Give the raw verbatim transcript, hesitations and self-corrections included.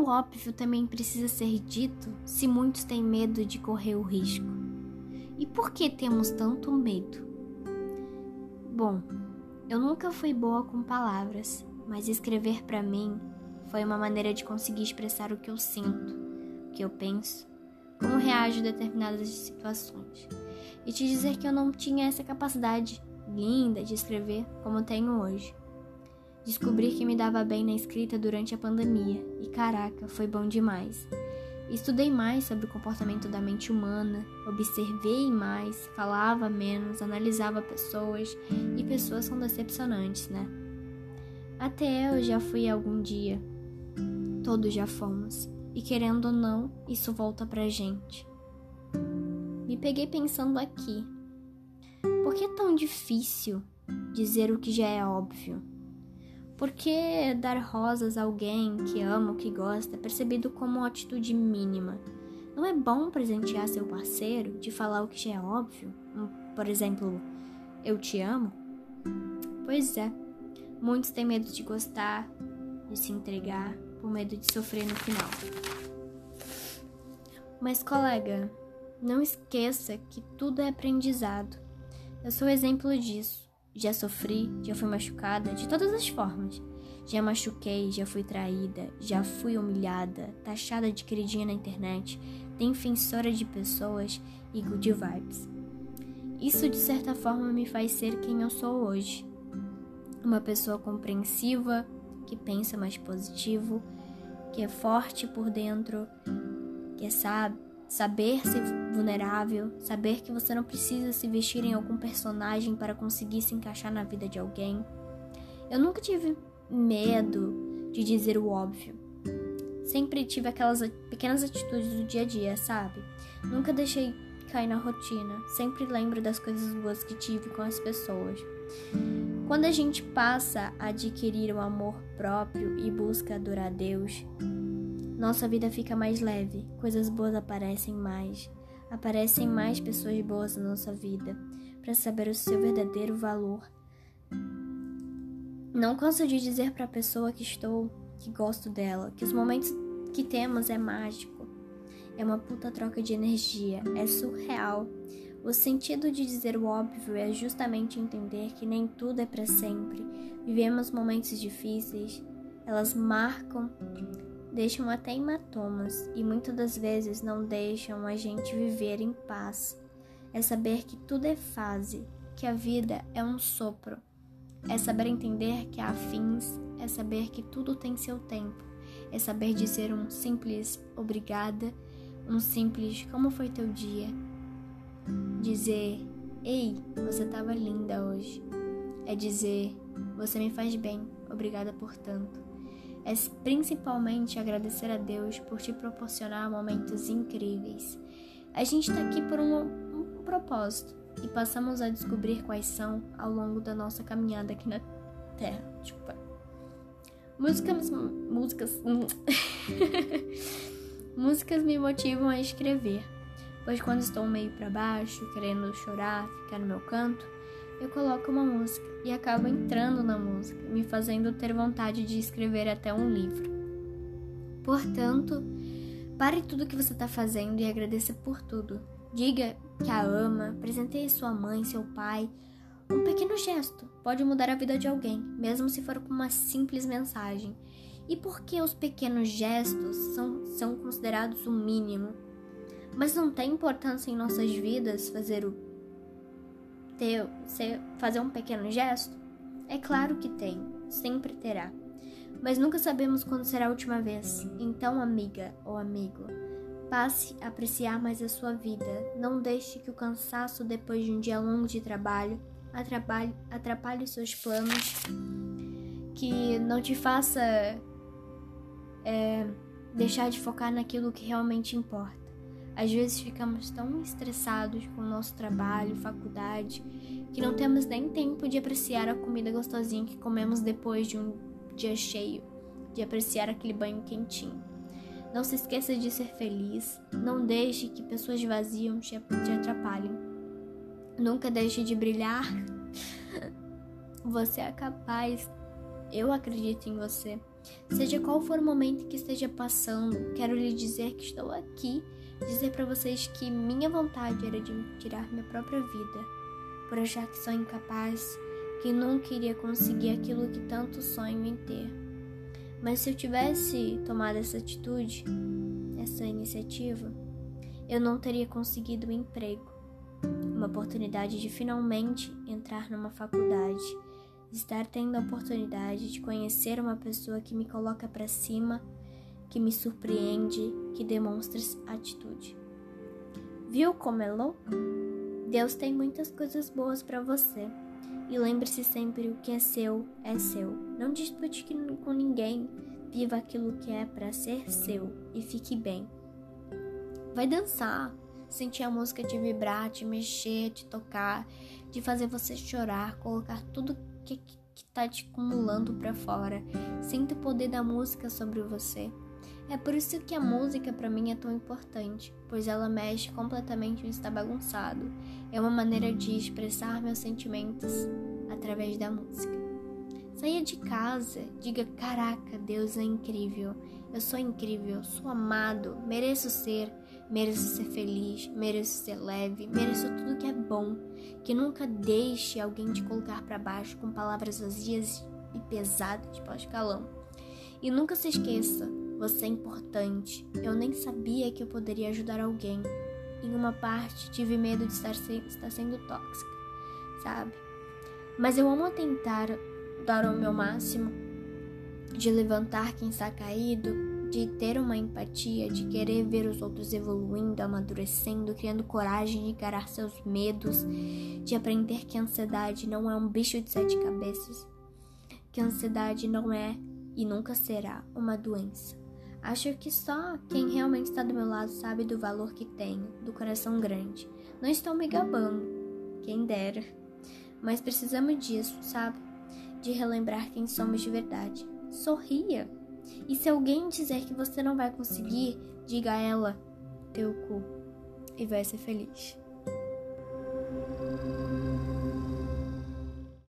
óbvio também precisa ser dito se muitos têm medo de correr o risco. E por que temos tanto medo? Bom, eu nunca fui boa com palavras, mas escrever para mim foi uma maneira de conseguir expressar o que eu sinto, o que eu penso, como reajo a determinadas situações. E te dizer que eu não tinha essa capacidade linda de escrever como tenho hoje. Descobri que me dava bem na escrita durante a pandemia e caraca, foi bom demais. Estudei mais sobre o comportamento da mente humana, observei mais, falava menos, analisava pessoas e pessoas são decepcionantes, né? Até eu já fui algum dia. Todos já fomos. E querendo ou não, isso volta pra gente. Me peguei pensando aqui. Por que é tão difícil dizer o que já é óbvio? Por que dar rosas a alguém que ama ou que gosta é percebido como uma atitude mínima? Não é bom presentear seu parceiro de falar o que já é óbvio? Por exemplo, eu te amo? Pois é, muitos têm medo de gostar, de se entregar, por medo de sofrer no final. Mas, colega, não esqueça que tudo é aprendizado. Eu sou exemplo disso. Já sofri, já fui machucada de todas as formas. Já machuquei, já fui traída, já fui humilhada, taxada de queridinha na internet, defensora de pessoas e good vibes. Isso, de certa forma, me faz ser quem eu sou hoje. Uma pessoa compreensiva, que pensa mais positivo, que é forte por dentro, que é sabe, saber ser vulnerável, saber que você não precisa se vestir em algum personagem para conseguir se encaixar na vida de alguém. Eu nunca tive medo de dizer o óbvio. Sempre tive aquelas pequenas atitudes do dia a dia, sabe? Nunca deixei cair na rotina. Sempre lembro das coisas boas que tive com as pessoas. Quando a gente passa a adquirir o amor próprio e busca adorar a Deus, nossa vida fica mais leve, coisas boas aparecem mais, aparecem mais pessoas boas na nossa vida, para saber o seu verdadeiro valor. Não canso de dizer para a pessoa que estou, que gosto dela, que os momentos que temos é mágico, é uma puta troca de energia, é surreal. O sentido de dizer o óbvio é justamente entender que nem tudo é para sempre. Vivemos momentos difíceis, elas marcam, deixam até hematomas e muitas das vezes não deixam a gente viver em paz. É saber que tudo é fase, que a vida é um sopro. É saber entender que há fins, é saber que tudo tem seu tempo. É saber dizer um simples obrigada, um simples como foi teu dia. Dizer, ei, você estava linda hoje. É dizer, você me faz bem, obrigada por tanto. É principalmente agradecer a Deus por te proporcionar momentos incríveis. A gente está aqui por um, um propósito e passamos a descobrir quais são ao longo da nossa caminhada aqui na Terra. Tipo, músicas, músicas, músicas me motivam a escrever, pois quando estou meio para baixo, querendo chorar, ficar no meu canto, eu coloco uma música e acabo entrando na música, me fazendo ter vontade de escrever até um livro. Portanto, pare tudo que você está fazendo e agradeça por tudo. Diga que a ama, presenteie sua mãe, seu pai. Um pequeno gesto pode mudar a vida de alguém, mesmo se for com uma simples mensagem. E por que os pequenos gestos são, são considerados o mínimo? Mas não tem importância em nossas vidas fazer o Ter, ser, fazer um pequeno gesto? É claro que tem, sempre terá. Mas nunca sabemos quando será a última vez. Então, amiga ou amigo, passe a apreciar mais a sua vida. Não deixe que o cansaço depois de um dia longo de trabalho atrapalhe, atrapalhe os seus planos, que não te faça é, deixar de focar naquilo que realmente importa. Às vezes ficamos tão estressados com o nosso trabalho, faculdade, que não temos nem tempo de apreciar a comida gostosinha que comemos depois de um dia cheio, de apreciar aquele banho quentinho. Não se esqueça de ser feliz, não deixe que pessoas vazias te atrapalhem. Nunca deixe de brilhar. Você é capaz, eu acredito em você. Seja qual for o momento que esteja passando, quero lhe dizer que estou aqui, dizer para vocês que minha vontade era de tirar minha própria vida, por achar que sou incapaz, que nunca iria conseguir aquilo que tanto sonho em ter. Mas se eu tivesse tomado essa atitude, essa iniciativa, eu não teria conseguido um emprego, uma oportunidade de finalmente entrar numa faculdade, estar tendo a oportunidade de conhecer uma pessoa que me coloca para cima, que me surpreende, que demonstra atitude. Viu como é louco? Deus tem muitas coisas boas para você. E lembre-se sempre: o que é seu, é seu. Não dispute com ninguém. Viva aquilo que é para ser seu e fique bem. Vai dançar, sentir a música te vibrar, te mexer, te tocar, de fazer você chorar, colocar tudo que, que tá te acumulando para fora. Sinta o poder da música sobre você. É por isso que a música para mim é tão importante, pois ela mexe completamente o está bagunçado. É uma maneira de expressar meus sentimentos através da música. Saia de casa, diga: caraca, Deus é incrível, eu sou incrível, sou amado, mereço ser, mereço ser feliz, mereço ser leve, mereço tudo que é bom. Que nunca deixe alguém te colocar para baixo com palavras vazias e pesadas de pós-calão. E nunca se esqueça: você é importante. Eu nem sabia que eu poderia ajudar alguém. Em uma parte, tive medo de estar, se, estar sendo tóxica, sabe? Mas eu amo tentar dar o meu máximo, de levantar quem está caído, de ter uma empatia, de querer ver os outros evoluindo, amadurecendo, criando coragem de encarar seus medos, de aprender que a ansiedade não é um bicho de sete cabeças, que a ansiedade não é e nunca será uma doença. Acho que só quem realmente está do meu lado sabe do valor que tenho, do coração grande. Não estou me gabando, quem dera. Mas precisamos disso, sabe? De relembrar quem somos de verdade. Sorria. E se alguém dizer que você não vai conseguir, diga a ela: teu cu. E vai ser feliz.